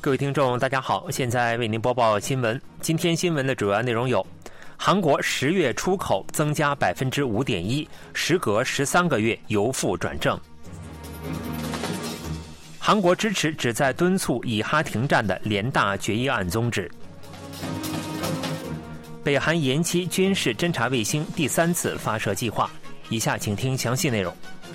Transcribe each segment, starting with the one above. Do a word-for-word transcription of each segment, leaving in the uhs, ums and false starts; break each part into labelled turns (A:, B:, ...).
A: 各位听众大家好，现在为您播报新闻。今天新闻的主要内容有：韩国十月出口增加 百分之五点一， 时隔十三个月由负转正；韩国支持旨在敦促以哈停战的联大决议案宗旨；北韩延期军事侦察卫星第三次发射计划。以下请听详细内容。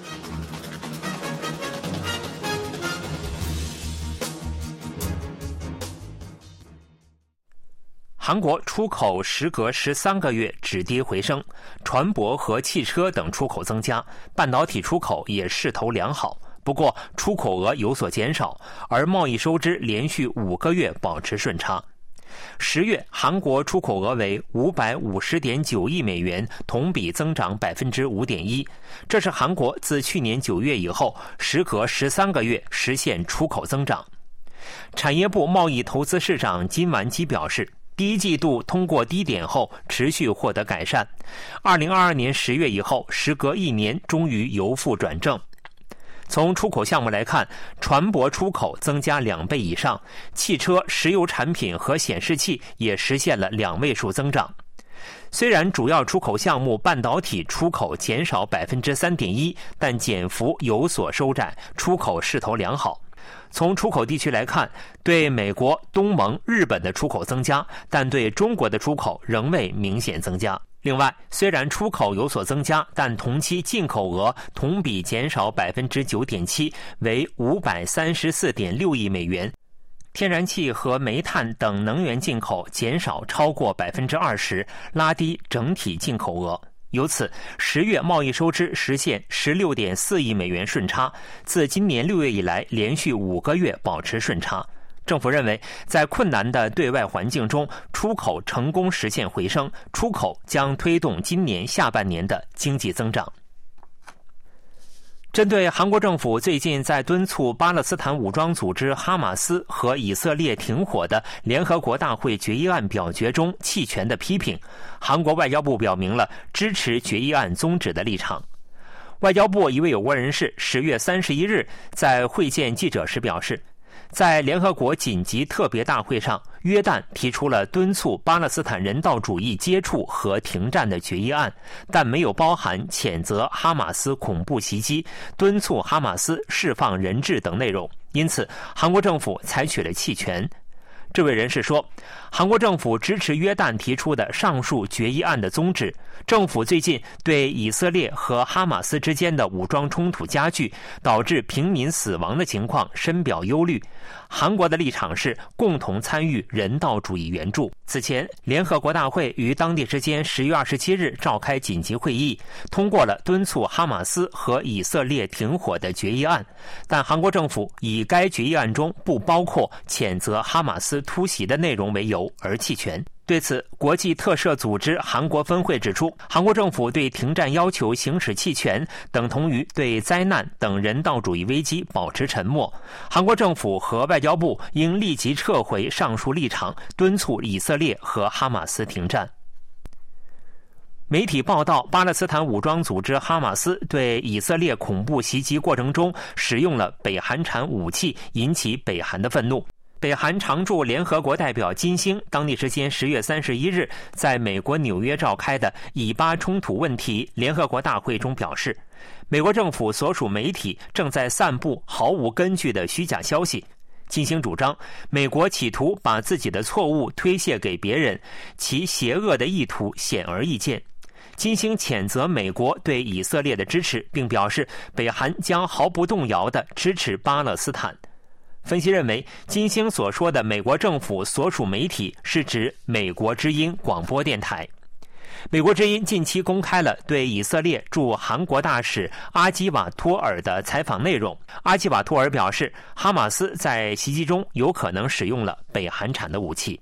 A: 韩国出口时隔十三个月止跌回升，船舶和汽车等出口增加，半导体出口也势头良好。不过出口额有所减少，而贸易收支连续五个月保持顺差。十月韩国出口额为 五百五十点九亿美元，同比增长 百分之五点一， 这是韩国自去年九月以后时隔十三个月实现出口增长。产业部贸易投资市长金完基表示，第一季度通过低点后持续获得改善，二零二二年十月以后时隔一年终于由负转正。从出口项目来看，船舶出口增加两倍以上，汽车、石油产品和显示器也实现了两位数增长。虽然主要出口项目半导体出口减少 百分之三点一， 但减幅有所收窄，出口势头良好。从出口地区来看，对美国、东盟、日本的出口增加，但对中国的出口仍未明显增加。另外，虽然出口有所增加，但同期进口额同比减少 百分之九点七， 为 五百三十四点六亿美元。天然气和煤炭等能源进口减少超过 百分之二十， 拉低整体进口额。由此，十月贸易收支实现 十六点四亿美元顺差，自今年六月以来连续五个月保持顺差。政府认为，在困难的对外环境中，出口成功实现回升，出口将推动今年下半年的经济增长。针对韩国政府最近在敦促巴勒斯坦武装组织哈马斯和以色列停火的联合国大会决议案表决中弃权的批评，韩国外交部表明了支持决议案宗旨的立场。外交部一位有关人士十月三十一日在会见记者时表示，在联合国紧急特别大会上，约旦提出了敦促巴勒斯坦人道主义接触和停战的决议案，但没有包含谴责哈马斯恐怖袭击、敦促哈马斯释放人质等内容，因此韩国政府采取了弃权。这位人士说，韩国政府支持约旦提出的上述决议案的宗旨。政府最近对以色列和哈马斯之间的武装冲突加剧，导致平民死亡的情况深表忧虑。韩国的立场是共同参与人道主义援助。此前，联合国大会于当地时间十月二十七日召开紧急会议，通过了敦促哈马斯和以色列停火的决议案，但韩国政府以该决议案中不包括谴责哈马斯突袭的内容为由而弃权。对此，国际特赦组织韩国分会指出，韩国政府对停战要求行使弃权，等同于对灾难等人道主义危机保持沉默。韩国政府和外交部应立即撤回上述立场，敦促以色列和哈马斯停战。媒体报道，巴勒斯坦武装组织哈马斯对以色列恐怖袭击过程中使用了北韩产武器，引起北韩的愤怒。北韩常驻联合国代表金星当地时间十月三十一日在美国纽约召开的以巴冲突问题联合国大会中表示，美国政府所属媒体正在散布毫无根据的虚假消息。金星主张，美国企图把自己的错误推卸给别人，其邪恶的意图显而易见。金星谴责美国对以色列的支持，并表示北韩将毫不动摇地支持巴勒斯坦。分析认为，金星所说的美国政府所属媒体是指美国之音广播电台。美国之音近期公开了对以色列驻韩国大使阿基瓦托尔的采访内容。阿基瓦托尔表示，哈马斯在袭击中有可能使用了北韩产的武器。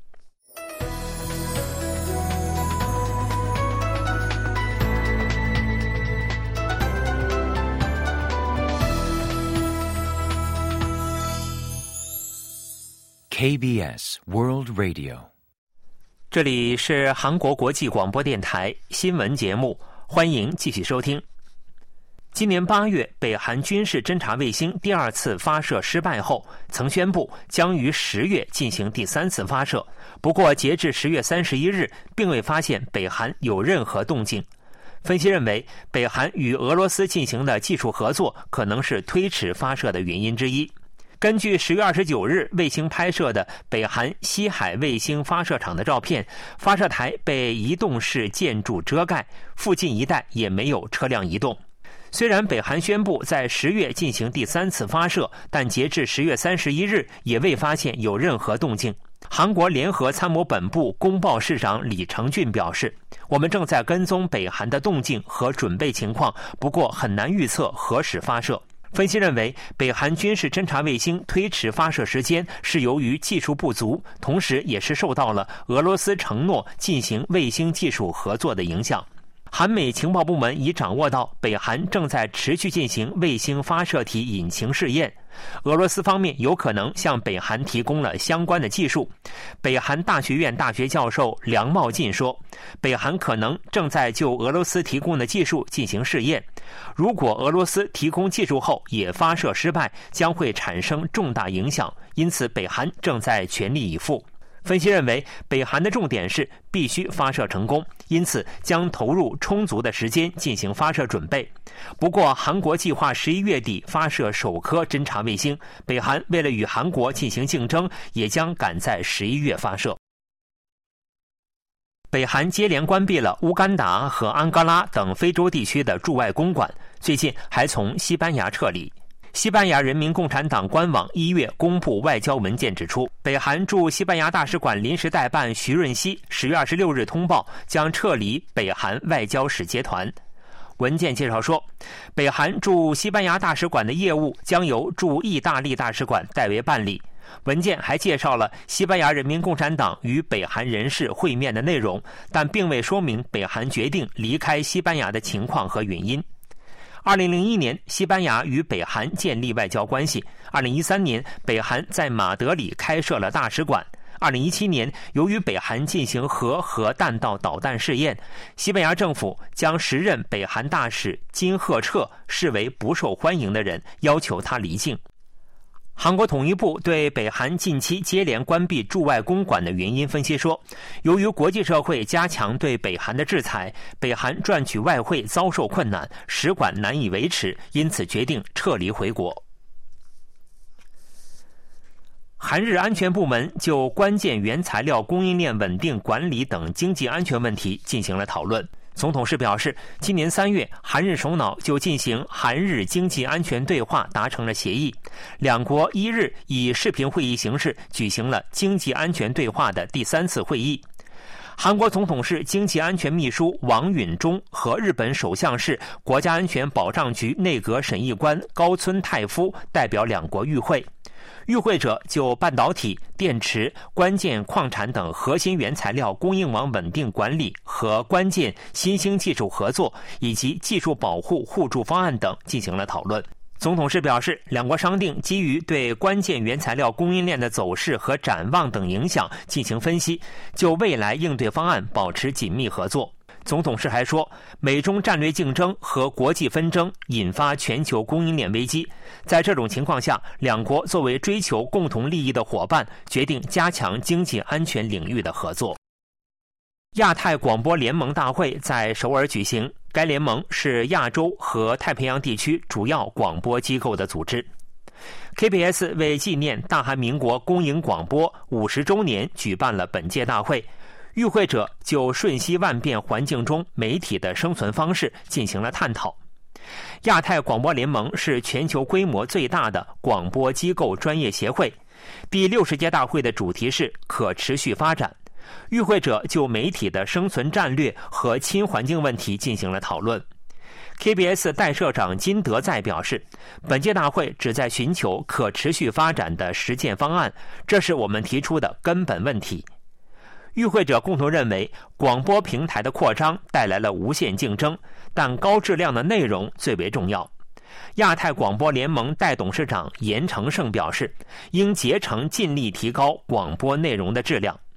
B: K B S World Radio，
A: 这里是韩国国际广播电台新闻节目，欢迎继续收听。 今年八月，北韩军事侦察卫星第二次发射失败后，曾宣布将于十月进行第三次发射。不过，截至十月三十一日，并未发现北韩有任何动静。分析认为，北韩与俄罗斯进行的技术合作可能是推迟发射的原因之一。根据十月二十九日卫星拍摄的北韩西海卫星发射场的照片，发射台被移动式建筑遮盖，附近一带也没有车辆移动。虽然北韩宣布在十月进行第三次发射，但截至十月三十一日也未发现有任何动静。韩国联合参谋本部公报室长李成俊表示，我们正在跟踪北韩的动静和准备情况，不过很难预测何时发射。分析认为，北韩军事侦察卫星推迟发射时间是由于技术不足，同时也是受到了俄罗斯承诺进行卫星技术合作的影响。韩美情报部门已掌握到北韩正在持续进行卫星发射体引擎试验，俄罗斯方面有可能向北韩提供了相关的技术。北韩大学院大学教授梁茂进说，北韩可能正在就俄罗斯提供的技术进行试验，如果俄罗斯提供技术后也发射失败，将会产生重大影响，因此北韩正在全力以赴。分析认为，北韩的重点是必须发射成功，因此将投入充足的时间进行发射准备。不过，韩国计划十一月底发射首颗侦察卫星，北韩为了与韩国进行竞争，也将赶在十一月发射。北韩接连关闭了乌干达和安哥拉等非洲地区的驻外公馆，最近还从西班牙撤离。西班牙人民共产党官网一月公布外交文件指出，北韩驻西班牙大使馆临时代办徐润熙十月二十六日通报将撤离北韩外交使节团。文件介绍说，北韩驻西班牙大使馆的业务将由驻意大利大使馆代为办理。文件还介绍了西班牙人民共产党与北韩人士会面的内容，但并未说明北韩决定离开西班牙的情况和原因。二零零一年，西班牙与北韩建立外交关系。二零一三年，北韩在马德里开设了大使馆。二零一七年，由于北韩进行核和弹道导弹试验，西班牙政府将时任北韩大使金赫彻视为不受欢迎的人，要求他离境。韩国统一部对北韩近期接连关闭驻外公馆的原因分析说，由于国际社会加强对北韩的制裁，北韩赚取外汇遭受困难，使馆难以维持，因此决定撤离回国。韩日安全部门就关键原材料供应链稳定管理等经济安全问题进行了讨论。总统室表示，今年三月，韩日首脑就进行韩日经济安全对话达成了协议，两国一日以视频会议形式举行了经济安全对话的第三次会议。韩国总统室经济安全秘书王允中和日本首相室国家安全保障局内阁审议官高村泰夫代表两国与会。与会者就半导体、电池、关键矿产等核心原材料供应网稳定管理和关键新兴技术合作以及技术保护互助方案等进行了讨论。总统室表示，两国商定基于对关键原材料供应链的走势和展望等影响进行分析，就未来应对方案保持紧密合作。总统室还说，美中战略竞争和国际纷争引发全球供应链危机，在这种情况下，两国作为追求共同利益的伙伴，决定加强经济安全领域的合作。亚太广播联盟大会在首尔举行，该联盟是亚洲和太平洋地区主要广播机构的组织。K B S 为纪念大韩民国公营广播五十周年举办了本届大会，与会者就瞬息万变环境中媒体的生存方式进行了探讨。亚太广播联盟是全球规模最大的广播机构专业协会，第六十届大会的主题是可持续发展。与会者就媒体的生存战略和亲环境问题进行了讨论。K B S 代社长金德在表示，本届大会旨在寻求可持续发展的实践方案，这是我们提出的根本问题。与会者共同认为，广播平台的扩张带来了无限竞争，但高质量的内容最为重要。亚太广播联盟代董事长严成胜表示，应竭诚尽力提高广播内容的质量。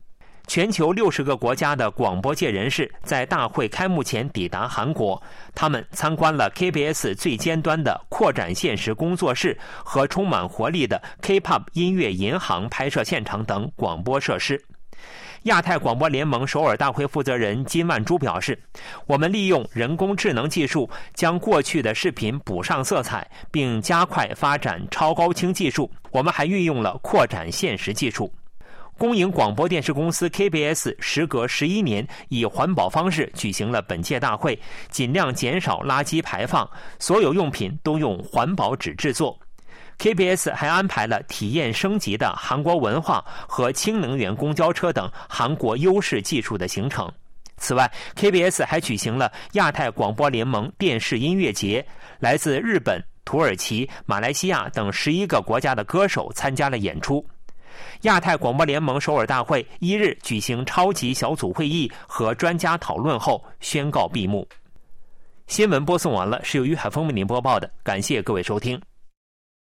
A: 全球六十个国家的广播界人士在大会开幕前抵达韩国，他们参观了 K B S 最尖端的扩展现实工作室和充满活力的 K-P O P 音乐银行拍摄现场等广播设施。亚太广播联盟首尔大会负责人金万珠表示，我们利用人工智能技术将过去的视频补上色彩，并加快发展超高清技术。我们还运用了扩展现实技术。公营广播电视公司 K B S 时隔十一年以环保方式举行了本届大会，尽量减少垃圾排放，所有用品都用环保纸制作。K B S 还安排了体验升级的韩国文化和氢能源公交车等韩国优势技术的行程。此外 K B S 还举行了亚太广播联盟电视音乐节，来自日本、土耳其、马来西亚等十一个国家的歌手参加了演出。亚太广播联盟首尔大会一日举行超级小组会议和专家讨论后宣告闭幕。新闻播送完了，是由于海峰为您播报的，感谢各位收听。